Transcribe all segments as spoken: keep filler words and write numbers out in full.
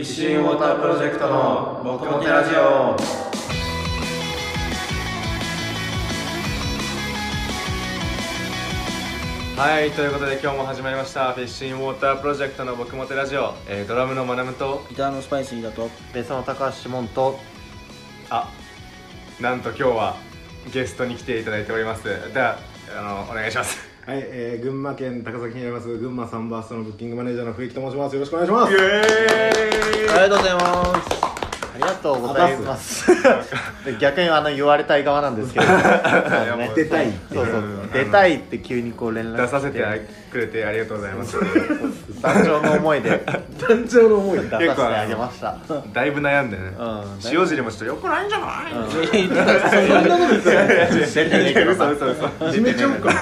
ィッシュインウォータープロジェクトの僕もてラジオ。はい、ということで今日も始まりましたフィッシュインウォータープロジェクトの僕もてラジオ、えー、ドラムのマナムとギターのスパイシーだとベースの高橋モンと、 あ、なんと今日はゲストに来ていただいております。ではあのお願いします。 はい、えー、群馬県高崎にあります群馬サンバーストのブッキングマネージャーの冬木と申します。よろしくお願いします。 イエーイ。 ありがとうございます。 ありがとうございます逆にあの言われたい側なんですけど、 ね、出たいってそうそう出たいって急にこう連絡出させてくれてありがとうございます。 団長の思いで団長の思いで出させてあげました。 だいぶ悩んでね、うん、塩尻もちょっとよくないんじゃない、うん、 そんなことですよ。 出てねえけどさ、 嘘嘘嘘始めちゃうか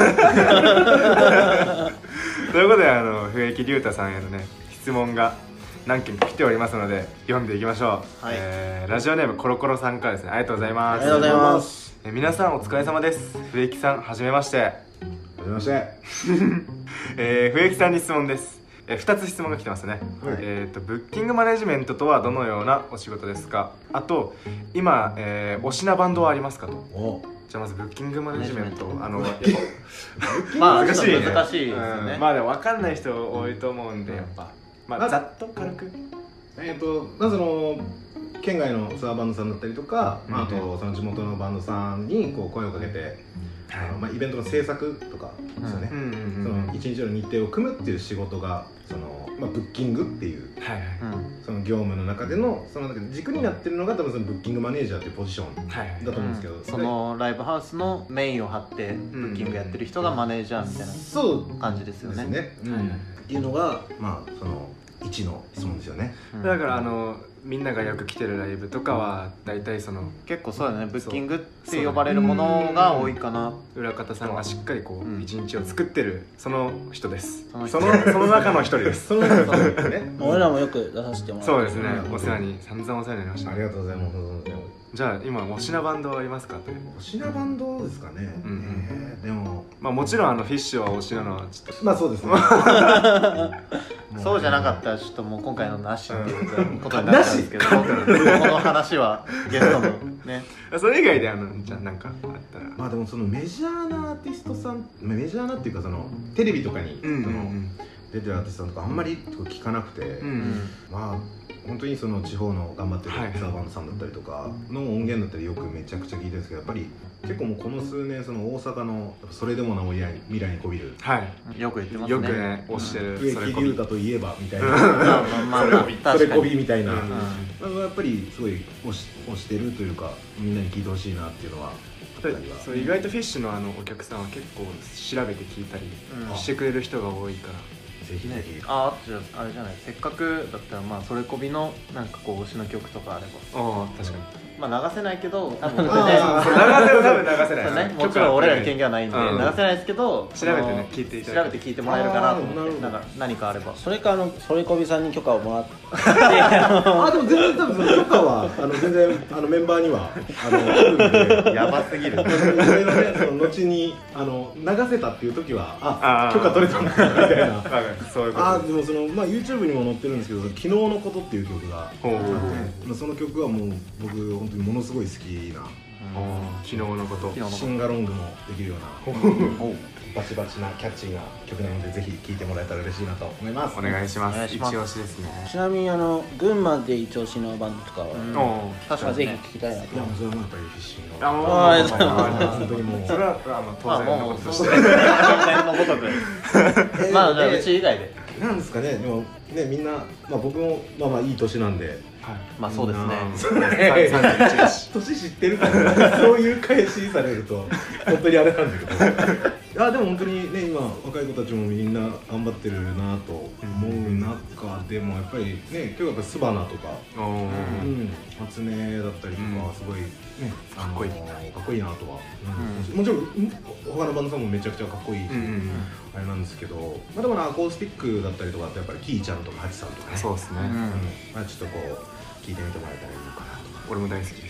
ということであの笛木龍太さんへのね質問が何件か来ておりますので読んでいきましょう、はい。えー、ラジオネームコロコロさんからですね。ありがとうございます。 ありがとうございます。 えー、皆さんお疲れ様です。笛木さんはじめまして。 はじめまして、 えー、笛木さんに質問です。えー、ふたつ質問が来てますね、はい。えーとブッキングマネジメントとはどのようなお仕事ですか。あと今、えー、推しなバンドはありますかと。おじゃあまずブッキングマネジメント、あのまあ難しいね。 難しいですよね、 うん、まあでも分かんない人多いと思うんでやっぱ、まあ、ざっと軽くえーとまずその県外のツアーバンドさんだったりとか、うん、まあ、あとその地元のバンドさんにこう声をかけて、はい、あのまあ、イベントの制作とかですよね、うん、その一日の日程を組むっていう仕事がその、まあ、ブッキングっていう、はいはい、その業務の中でのその中で軸になってるのが多分そのブッキングマネージャーっていうポジションだと思うんですけど、はいはい、 うん、そのライブハウスのメインを張ってブッキングやってる人がマネージャーみたいな感じですよね。 そうですね、うん、っていうのがまあそのいちの質問ですよね、 うん、だからあのみんながよく来てるライブとかは大体その結構そうだね、ブッキングって呼ばれるものが多いかな。 裏方さんがしっかりこう一日を作ってるその人です。そのそのその中の一人です。その中の一人ね。 俺らもよく出させてもらって。 そうですね。お世話に散々お世話になりました。 ありがとうございます。 じゃあ今推しなバンドはありますかと。 推しなバンドですかね。うん、えー、でもまあもちろんあのフィッシュは推しなのはちょっとまあそうですね。 そうじゃなかったらちょっともう今回のなしっていうことになっちゃうんですけど、この話はゲストのね。 それ以外であのじゃあなんかあったら。 まあでもそのメジャーなアーティストさん、メジャーなっていうかそのテレビとかにその出てるアーティストさんとかあんまり聞かなくて、うんうん、まあ。本当にその地方の頑張ってるツアーバンドさんだったりとかの音源だったりよくめちゃくちゃ聞いてるんですけど、やっぱり結構もうこの数年その大阪のそれでもなお未来未来にこびる、 はい、 よく言ってますね。 よくね推してる笛木龍太といえばみたいなそれこびみたいな、やっぱりすごい推し推してるというかみんなに聞いてほしいなっていうのは。 そう意外とフィッシュのあのお客さんは結構調べて聞いたりしてくれる人が多いから。 ぜひぜひ。 ああ、じゃああれじゃない、せっかくだったらまあそれこびのなんかこう推しの曲とかあれば。 ああ、確かに。 まあ流せないけど多分ね、 流せない多分流せない。 もちろん俺らに権限はないんで流せないですけど、 調べてね聞いていただいて調べて聞いてもらえるかなと思って、なんか何かあれば。 それかあのそれこびさんに許可をもらって。 あでも全然多分その許可はあの全然あのメンバーにはあのあるんで。 やばすぎる。 いろいろねその後にあの流せたっていう時はあ許可取れたんだみたいな。 そういうこと。 あでもそのまあ YouTube にも載ってるんですけど、昨日のことっていう曲があって、その曲はもう僕本当にものすごい好きな。 昨日のこと。 シンガロングもできるような。バチバチなキャッチーな曲なのでぜひ聴いてもらえたら嬉しいなと思います。 お願いします。一押しですね。 ちなみにあの群馬で一押しのバンドとかは確かぜひ聞きたいなと。 いやもうそれはやっぱりフィッシュの。 ああ、 本当にもうそれは当然のこととして。 当然のごとく。まあじゃあうち以外で。 なんですかね、でもねみんなまあ僕もまあまあいい年なんで。 まあそうですね。 年知ってるからそういう返しされると本当にあれなんだけど。いやでも本当にね今若い子たちもみんな頑張ってるなと思う中でもやっぱりね今日やっぱスバナとか、うん、初音だったりとかすごいねかっこいいかっこいいなとは、もちろん他のバンドさんもめちゃくちゃかっこいいしあれなんですけど、まあでもアコースティックだったりとかってやっぱりキーちゃんとかハチさんとかね、 そうですね。 まあちょっとこう聞いてみてもらえたらいいのかなと。 俺も大好きです。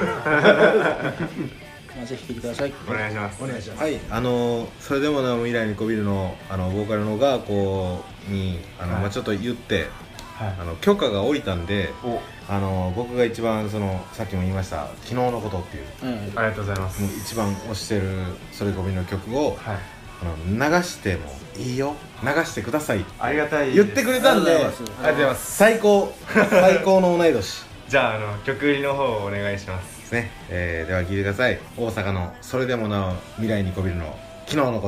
ぜひ聴いてください。 お願いします。 お願いします。 はい、あのそれでもなお未来にこびるのあのボーカルのがこうにあの、はい、まあちょっと言って、 はい、あの許可が下りたんで、あの僕が一番そのさっきも言いました「昨日のこと」っていう、 うん、ありがとうございます。 一番推してるそれ込みの曲を、はい、あの流してもいいよ、流してください、 ありがたい言ってくれたんで、ありがとうございます。最高最高の同い年じゃあ、あの曲売りの方をお願いしますですね。えー、では聴いてください。大阪のそれでもなお未来にこびるの昨日のこと。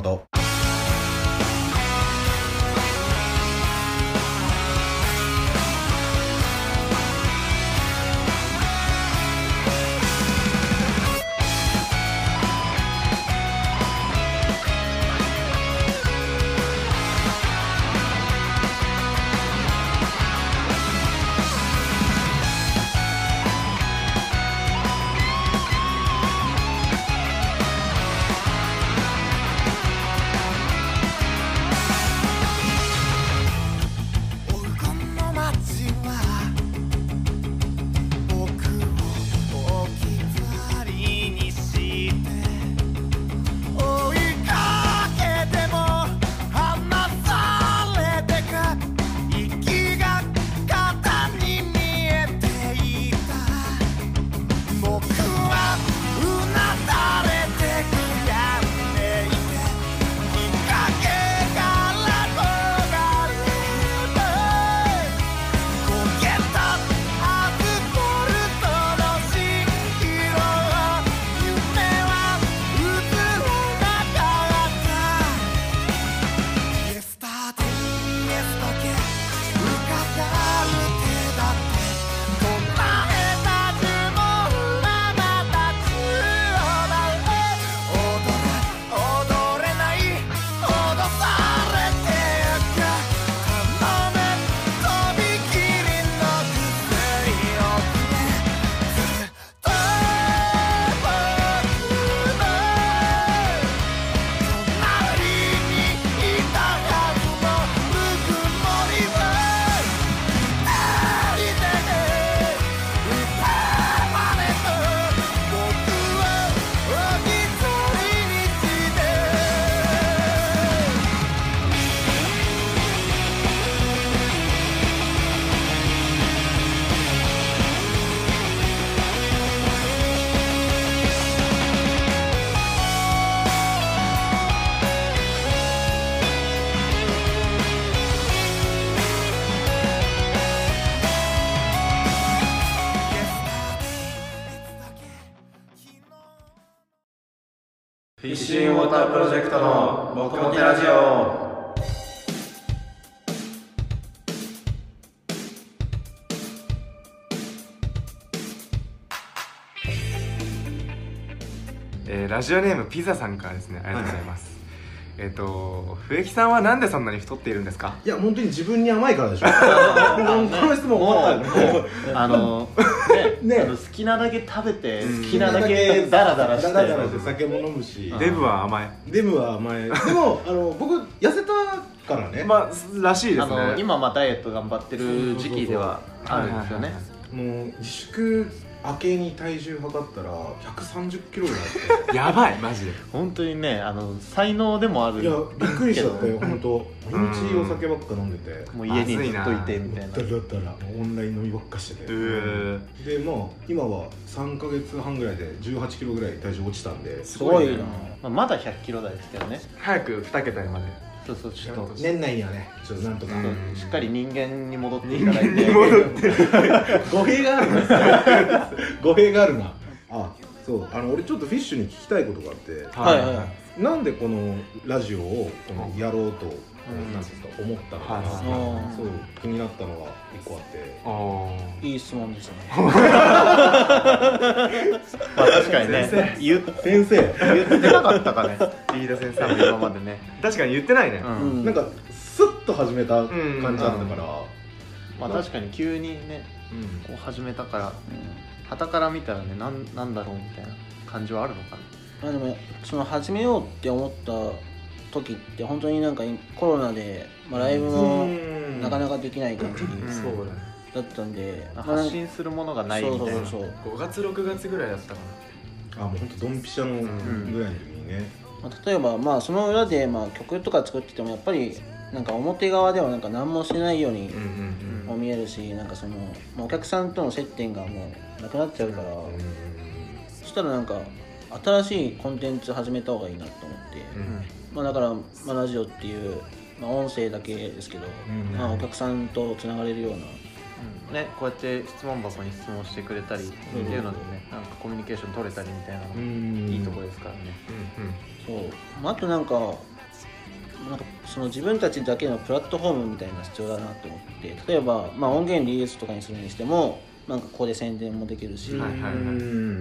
フィッシングウォータープロジェクトの僕もてラジオ。 えー、ラジオネームピザさんからですね、ありがとうございます。えっと、笛木さんはなんでそんなに太っているんですか？ いや、本当に自分に甘いからでしょ。この質問思ったの。 あのね、あの好きなだけ食べて、好きなだけダラダラして、 ダラダラして酒も飲むし。 デブは甘い。 デブは甘い。でもあの僕痩せたからね。 まあらしいですね。 あの今まあダイエット頑張ってる時期ではあるんですよね。 もう自粛明けに体重測ったらひゃくさんじゅっキロぐらいあってやばい、マジで本当にね、あの才能でもある。 いや、びっくりしちゃったよ、本当。毎日お酒ばっか飲んでて、 もう家にずっといてみたいな。 だったらオンライン飲みばっかしてて、でまあ今はさんかげつはんぐらいでじゅうはちキロぐらい体重落ちたんで、 すごいな。 まあ、まだひゃっキロ台ですけどね。 早くに桁にまで。 そうそう、ちょっと年内にはね、ちょっとなんとかしっかり人間に戻っていただいて。 語弊があるんですか？語弊があるな。あ、そう、あの俺ちょっとフィッシュに聞きたいことがあって、 はいはい、 なんでこのラジオをこのやろうと、なんですか、思ったのかな、そう気になったのが一個あって。 ああ、いい質問ですね。 まあ確かにね、 先生言ってなかったかね、 飯田先生も今までね。 確かに言ってないね。 なんかスッと始めた感じだったから、 まあ確かに急にね、こう始めたから、傍から見たらね、なんなんだろうみたいな感じはあるのかな。 まあでもその始めようって思った時って本当になんかコロナで、まあ、ライブもなかなかできない感じだったんで、 発信するものがないみたいな。そうそうそう、 ごがつろくがつぐらいだったかな。あ、もうほんとドンピシャのぐらいの時にね、 まあ、例えばまあその裏でまあ曲とか作っててもやっぱりなんか表側ではなんか何もしないようにも見えるし、なんかその、まあ、お客さんとの接点がもうなくなっちゃうから、そしたらなんか新しいコンテンツ始めた方がいいなと思って、まあ、だから、まあ、ラジオっていう、まあ、音声だけですけど、まあ、お客さんとつながれるような、 ね、こうやって質問箱に質問してくれたりっていうのでね、なんかコミュニケーション取れたりみたいなのもいいところですからね。 そう、まあ、あとなんかなんかその自分たちだけのプラットフォームみたいなのが必要だなと思って、例えば、まあ、音源リリースとかにするにしてもなんかここで宣伝もできるし、 はいはいはい、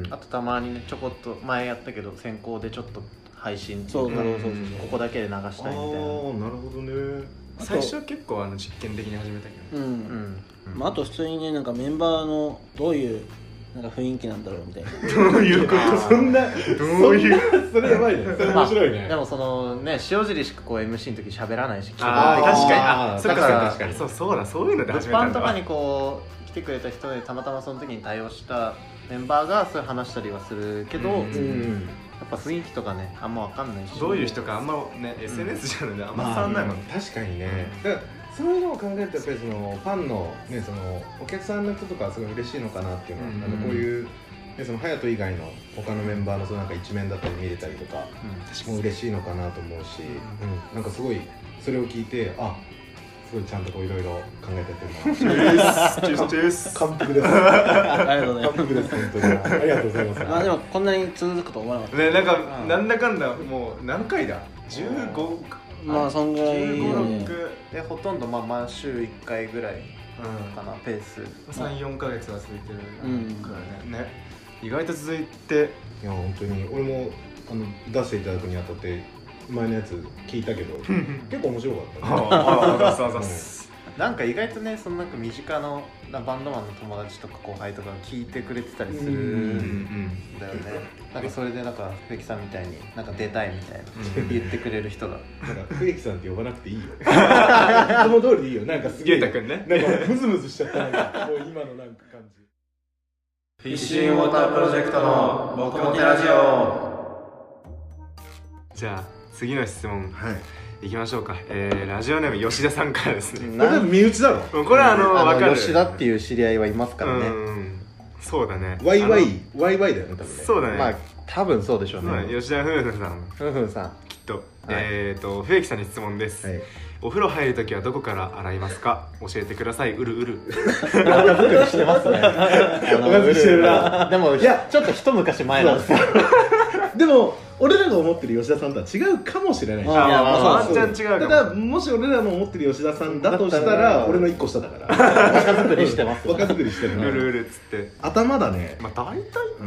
あとたまにねちょこっと前やったけど先行でちょっと配信っていうか、 そうそうそうそう、 ここだけで流したいみたいな。ああ、 なるほどね。 最初は結構あの実験的に始めたけど、 うん、うん、まあ、あと普通にね、なんかメンバーのどういうなんか雰囲気なんだろうみたいなどういうことそんなどういうそれやばいね。それ面白いね。 まあ、でもそのね塩尻しかこう エムシー の時喋らないし、 ああ確かに、あだから確かにそうそうだ、そういうので始めたんだ。 物販とかにこう来てくれた人でたまたまその時に対応したメンバーがそういう話したりはするけど、うんうん、やっぱ雰囲気とかねあんま分かんないし、 どういう人かあんまね、うん、エスエヌエス じゃなくてあんま伝わんないもん、 まあ、確かにね、うん、だからそういうのを考えるとやっぱりそのファンの、ね、そのお客さんの人とかはすごい嬉しいのかなっていうのは、うん、なんかこういうでその隼人以外の他のメンバーのそのなんか一面だったり見れたりとか、うん、も嬉しいのかなと思うし、うん、なんかすごいそれを聞いて、あ、すごいちゃんとこういろいろ考えてってるな。完璧です。 ありがとうございます。 完璧です本当に。ありがとうございます。 まあでもこんなに続くと思わなかった。 ね、なんか、うん、なんだかんだもう何回だ？じゅうご、 まあそんぐらい、ね、 じゅうご、ろくでほとんどまあ毎週いっかいぐらいかな、うん、ペース。 さん、よんかげつは続いてるからね。ね、意外と続いて、 いや本当に俺もあの出していただくにあたって前のやつ聞いたけど結構面白かった、ね。 ああ、そうそうそう。 なんか意外とね、そのなんか身近のバンドマンの友達とか後輩とか聞いてくれてたりするんだよね。なんかそれでなんか笛木さんみたいになんか出たいみたいな言ってくれる人が、 なんか笛木さんって呼ばなくていいよ。いつも通りでいいよ。なんかすげえゲータくんね。 なんかムズムズしちゃったなんかもう今のなんか感じ。 フィッシングウォータープロジェクトの僕もてラジオ。 じゃあ次の質問。 はい。 行きましょうか、えー、ラジオネーム吉田さんからですね。 これ身内だろ。 これはあの分かる。 吉田っていう知り合いはいますからね。 うん、そうだね。 ワイワイワイワイだよね多分ね。 そうだね。 まあ多分そうでしょうね。 吉田夫婦さん。 夫婦さん。 きっと。はい、えっ、ー、と笛木さんに質問です。はい、お風呂入るときはどこから洗いますか？教えてください。うるうる。 若作りしてますね。 若作りしてるな。 でもいやちょっと一昔前なんですよ。 でも俺らが思ってる吉田さんとは違うかもしれないし、 あ、いや、まあ、ワンチャン違うかも。 ただもし俺らの思ってる吉田さんだとしたら俺の一個下だから若作りしてます。 若作りしてるな。 うるうるっつって頭だね。 まあ大体、 うん、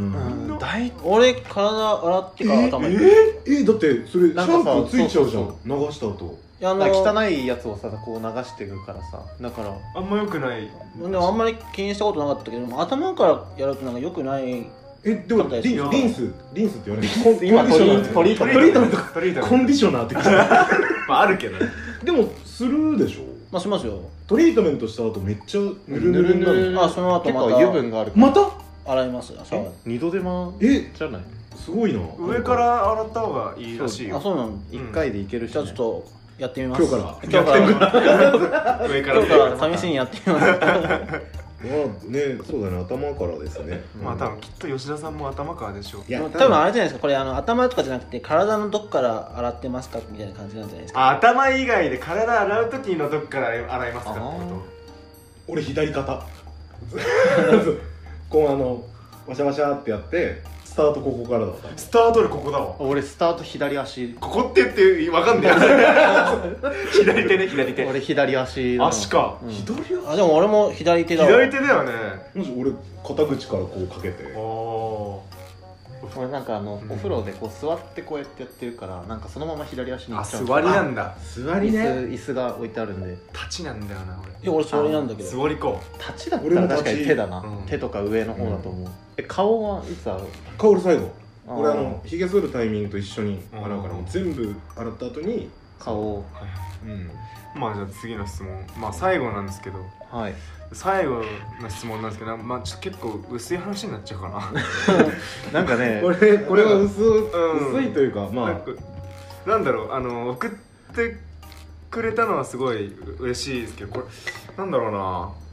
大俺体洗ってから頭に。 えー、えー、だってそれシャンプーついちゃうじゃん。流した後。 いや、汚いやつをさこう流してるからさ、だからあんま良くない。 でもあんまり気にしたことなかったけど、頭からやるとなんか良くない。 え、でもリンリンスリンスって言われる。 今トリートリートトリートメントトリートメントコンディショナーって言ってた。 まああるけどね。 でもするでしょ。 まあしますよ。 トリートメントした後めっちゃぬるぬるになる。 あ、その後また結構油分がある。 また洗います。 え、二度手間えじゃない。 すごいな。 上から洗った方がいいらしいよ。 あ、そうなの。 一回でいけるし。 じゃあちょっとやってみます。 今日から今日から上から今日から試しにやってみます。 まあね、そうだね、頭からですね。 まあ多分きっと吉田さんも頭からでしょう。 いや、多分あれじゃないですか。これあの頭とかじゃなくて体のどこから洗ってますかみたいな感じなんじゃないですか。 あ、頭以外で体洗う時のどこから洗いますかってこと。 俺左肩。こうあのワシャワシャってやってスタートここからだった。 スタートでここだわ。 俺スタート左足。 ここって言ってわかんねえ。左手ね、左手。 俺左足。 足か。 うん、左足。あ、でも俺も左手だわ。 左手だよね。 もし俺肩口からこうかけて。ああ。俺なんかあの、うん、お風呂でこう座ってこうやってやってるからなんかそのまま左足に行っちゃう。 あ、座りなんだ。 座りね。 椅子、椅子が置いてあるんで。 立ちなんだよな俺。 いや俺座りなんだけど。 座りこう。立ちだったら確かに手だな。うん、手とか上の方だと思う。うん、え、顔はいつ洗う？ 顔俺最後。俺あのひげ剃るタイミングと一緒に洗うからもう全部洗った後に顔を。 うん。まあじゃあ次の質問。まあ最後なんですけど。 はい。 最後の質問なんですけど、まあちょっと結構薄い話になっちゃうかな。 なんかね、 これこれは薄、うん、薄いというか、まあなんだろう、あの送ってくれたのはすごい嬉しいですけど、これなんだろうな、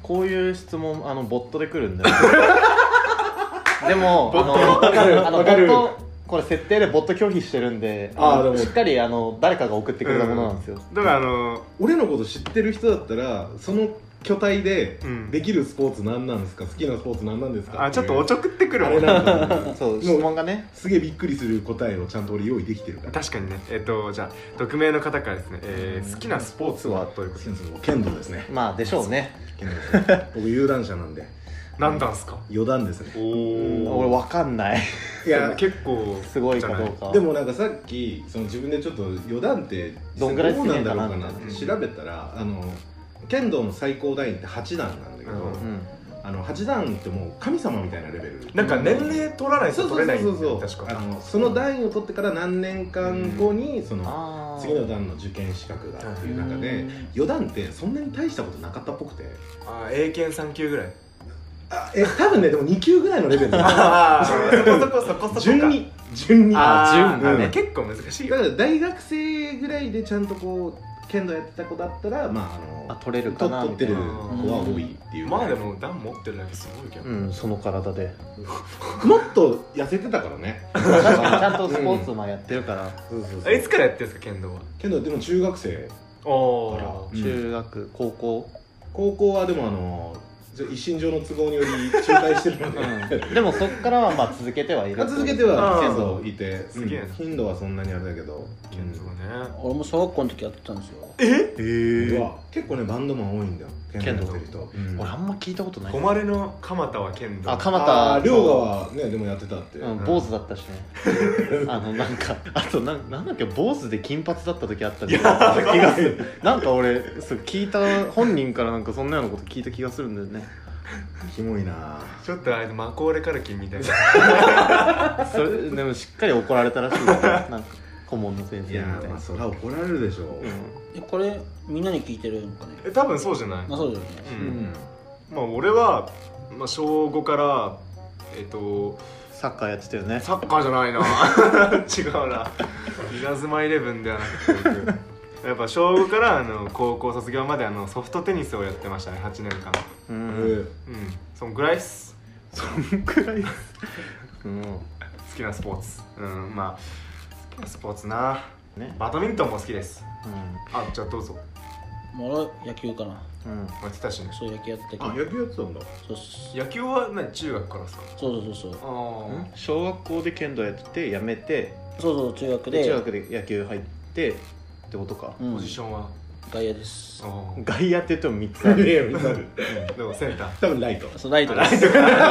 こういう質問あのボットで来るんだよでもあのわかるあのわかるボットこれ設定でボット拒否してるんで、 あーでもしっかりあの誰かが送ってくれたものなんですよ、 だからあの俺のこと知ってる人だったらその巨体でうんできるスポーツ何なんですか、好きなスポーツ何なんですかあちょっとおちょくってくるあもんれなんだろうねそうも質問がねすげえびっくりする答えをちゃんと俺用意できてるから確かにね。えっとじゃあ匿名の方からですね、えー好きなスポーツはということで剣道ですね。 まあでしょうね。 剣道ですね僕有段者なんで何段すか？ 余談ですね。 お俺わかんないいや結構すごいかどうかでもなんかさっきその自分でちょっと余談ってどんぐらいどうなんだろうかな好きなのかなって調べたら、あの剣道の最高段位ってはち段なんだけど、 うんうんあのはち段ってもう神様みたいなレベルなんか年齢取らないとそうそう取れないんだそうそうよ確かあのその段位を取ってから何年間後にそのあー次の段の受験資格がっていう中で余談ってそんなに大したことなかったっぽくてあ英検さん級ぐらいあえ多分ねでもに級ぐらいのレベルだああそこそこそこそこか順に順にあー順がねうん結構難しいよだから大学生ぐらいでちゃんとこう剣道やってた子だったらまああのあ取れるかなと取ってるみたい子は多いっていう、 まあでも段持ってるだけすごいけど、 なうんその体でもっと痩せてたからね確かにちゃんとスポーツマンやってるから、 そうそうあいつからやってるんですか剣道は？ 剣道でも中学生おからおうん中学高校高校はでもあの一身上の都合により中退してるので、 うんでもそっからはまあ続けてはいるあ続けてはあー剣道いてすげえなうん頻度はそんなにあれだけど剣道ね俺も小学校の時やってたんですよ。 えうわ結構ねバンドマン多いんだよ剣道やってる人うん俺あんま聞いたことない誉れの蒲田は剣道あ蒲あ田ー遼河はねでもやってたってうん、坊主だったしねあのなんかあとなんなんだっけ坊主で金髪だった時あった気がするなんか俺そう聞いた本人からなんかそんなようなこと聞いた気がするんだよねキモいなちょっとあれマコーレカルキンみたいなそれでもしっかり怒られたらしいよなんか顧問の先生みいやたいなまあそりゃ怒られるでしょうえこれみんなに聞いてるのかね。 え多分そうじゃないあそうだよね。 ううんん、 まあ俺は、まあ、小ごからえっとサッカーやってたよねサッカーじゃないな違うな稲妻イレブンではなくて僕やっぱ小ごからあの高校卒業まであのソフトテニスをやってましたねはちねんかんううんんうんそんぐらいっすそんくらいうん好きなスポーツうんまあ好きなスポーツなねバドミントンも好きですうあじゃあどうぞもう俺野球かな。 んうんやってたしねそう野球やってたけど。 あ野球やってたんだそうっす野球は何中学からですかそうそうそうそう。 あ小学校で剣道やっててやめてそうそう中学でで中学で野球入ってってことか、 うんポジションは外野です。 あ外野って言ってもみっつあるいや見たるでもセンター多分ライトそうライトです。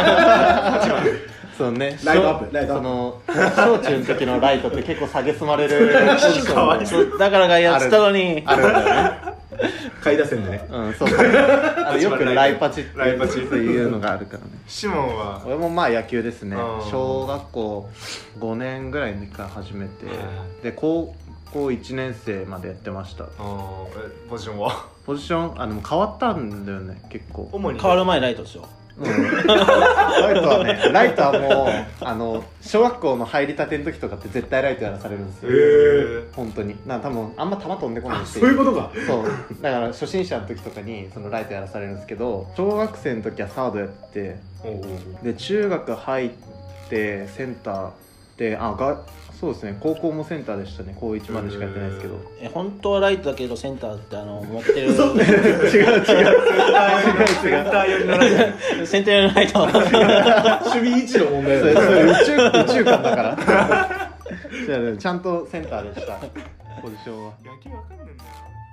そうねライトアップライトアップその小中の時のライトって結構蔑まれるポジションでそうだから外野っつったのに。 あるんだよね下位打線でねうんそうあのよくライパチってライパチいうのがあるからねシモンは俺もまあ野球ですねあー小学校ごねんぐらいから始めてはいで高校いちねん生までやってましたあーえポジションはポジションあでも変わったんだよね結構主に変わる前ライトですよ。 うん、ライトはねライトはもうあの小学校の入りたての時とかって絶対ライトやらされるんですよへー本当にな多分あんま球飛んでこないしそういうことかそうだから初心者の時とかにそのライトやらされるんですけど小学生の時はサードやっておうおうで中学入ってセンターであがそうですね高校もセンターでしたね高いちまでしかやってないですけどえ本当はライトだけどセンターってあの持ってる違う違う違う違うセンター寄りのライトセンターのライト。 守備位置の問題それだよそれ宇宙宇宙観だからじゃあちゃんとセンターでしたポジションは野球わかんねえんだよ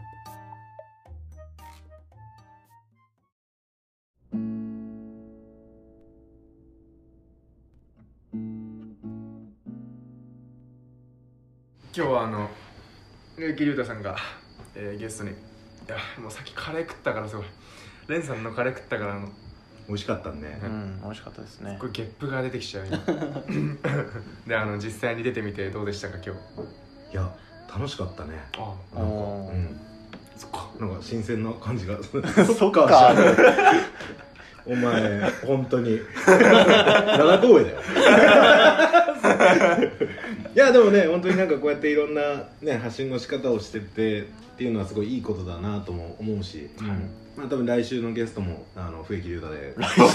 今日はあの結城龍太さんが、えーゲストにいやもうさっきカレー食ったからすごいレンさんのカレー食ったからあの美味しかったねうん美味しかったですねこれゲップが出てきちゃう今であの実際に出てみてどうでしたか今日いや楽しかったねあなんかおーうんそっかなんか新鮮な感じがそっかお前本当に七公園だよいやでもね本当になんかこうやっていろんな、ね、発信の仕方をしてってっていうのはすごいいいことだなとも思うし、うん、まあ多分来週のゲストもあの笛木龍太で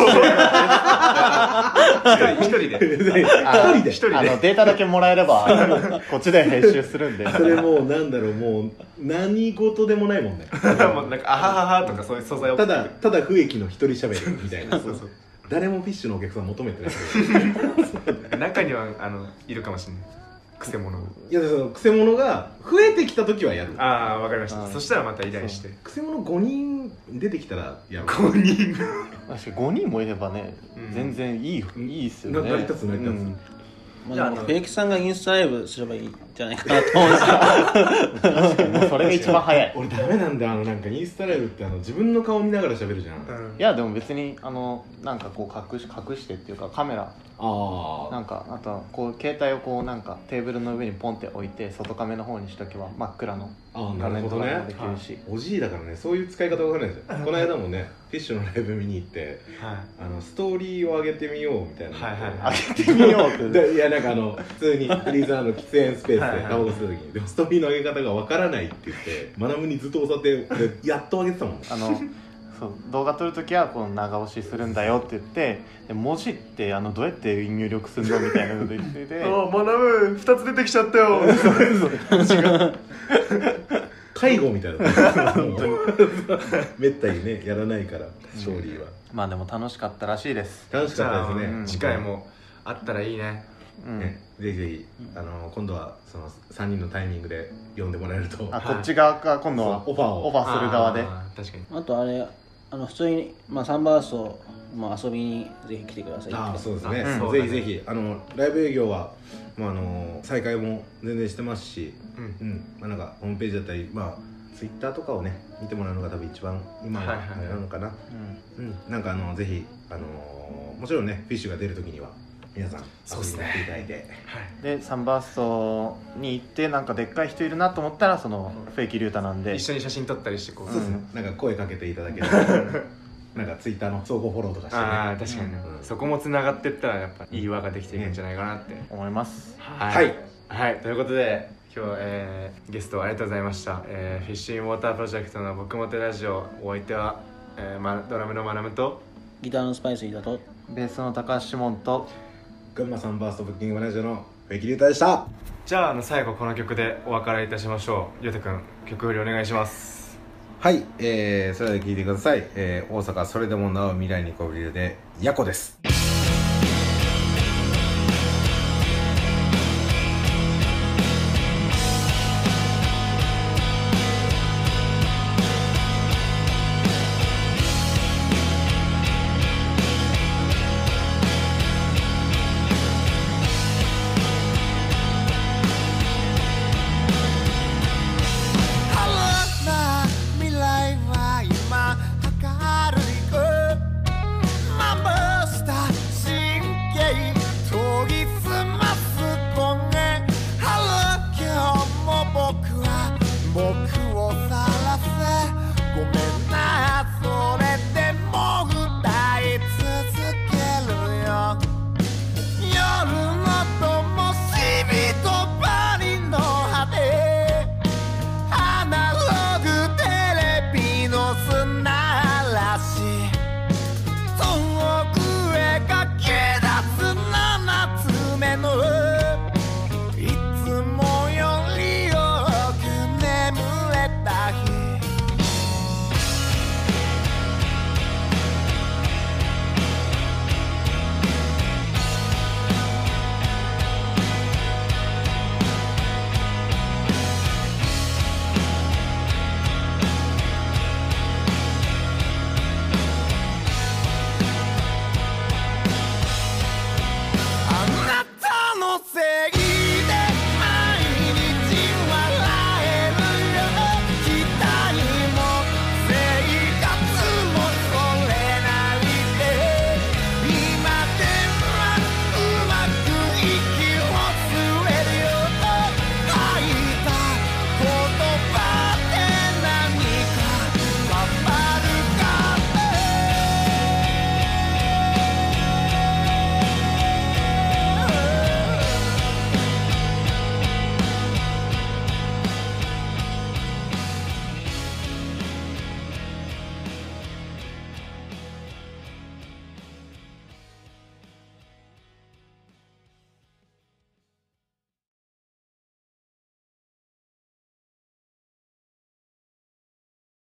一人で一人で一人であのデータだけもらえればこっちで編集するんでそれもうなんだろうもう何事でもないもんねもうなんかあはははとかそういう素材をただただ笛木の一人喋るみたいなそうそう誰もフィッシュのお客さん求めてない中にはあのいるかもしれないくせ者。 いやそのくせ者が増えてきた時はやる。 ああわかりました。そしたらまた依頼してくせ者ごにん出てきたらやる。 ごにん確かにごにんもいればね、うん、全然いい、いいっすよね。 成り立つ成り立つ、うんまあ、フェイキさんがインスタライブすればいいんじゃないかなと思うんですけどもうそれが一番早い。 俺ダメなんだあのなんかインスタライブってあの自分の顔見ながら喋るじゃん、 うん、いやでも別にあのなんかこう隠し隠してっていうかカメラあなんかあとはこう携帯をこうなんかテーブルの上にポンって置いて外カメの方にしとけば真っ暗の画面とかもできるし、 おじいだからねそういう使い方わかんないですよこの間もねフィッシュのライブ見に行って、はい、あのストーリーを上げてみようみたいな、 はいはい、上げてみようっていやなんかあの普通にフリーザーの喫煙スペースでタバコ吸う時にでもストーリーの上げ方がわからないって言ってマナムにずっと教わってやっと上げてたもんあのそう動画撮るときはこの長押しするんだよって言ってで文字ってあのどうやって入力するのみたいなこと言っててああ学ぶふたつ出てきちゃったよ介護みたいなめったにねやらないから勝利は、 うん、まあでも楽しかったらしいです。 楽しかったですね、 うん、次回もあったらいいね、 うんね、ぜひぜひあの今度はそのさんにんのタイミングで呼んでもらえるとあ、はい、こっち側か今度はオファーをオファーする側であ確かにあとあれあの普通に、まあ、サンバースト、まあ、遊びにぜひ来てください。 あそうですね、 うん、 ぜひぜひあのライブ営業は、まあ、あの再開も全然してますし、うんうんまあ、なんかホームページだったり、まあ、ツイッターとかをね見てもらうのが多分一番今はなのかな、うんうん、なんかあのぜひあのもちろんねフィッシュが出るときには皆さん遊びに来ていただいて、ねはい、でサンバーストに行ってなんかでっかい人いるなと思ったらそのフェイキリュータなんで一緒に写真撮ったりしてこう、 そうですね、なんか声かけていただけるなんかツイッターの相互フォローとかしてねああ確かに、ねうん、そこもつながってったらやっぱいい輪ができていくんじゃないかなって、ね、 思いますはい、はいはい、ということで今日、えー、ゲストありがとうございました、えー、フィッシュインウォータープロジェクトの僕もてラジオお相手は、えーま、ドラムのマナムとギターのスパイスイだとベースの高橋シモンと群馬サンバーストブッキングマネージャーのフェイキリュータでした。 じゃあ、あの最後この曲でお別れいたしましょう。ゆうたくん曲振りお願いします。 はい、えー、それでは聴いてください、えー、大阪それでもなお未来にこびるでヤコです。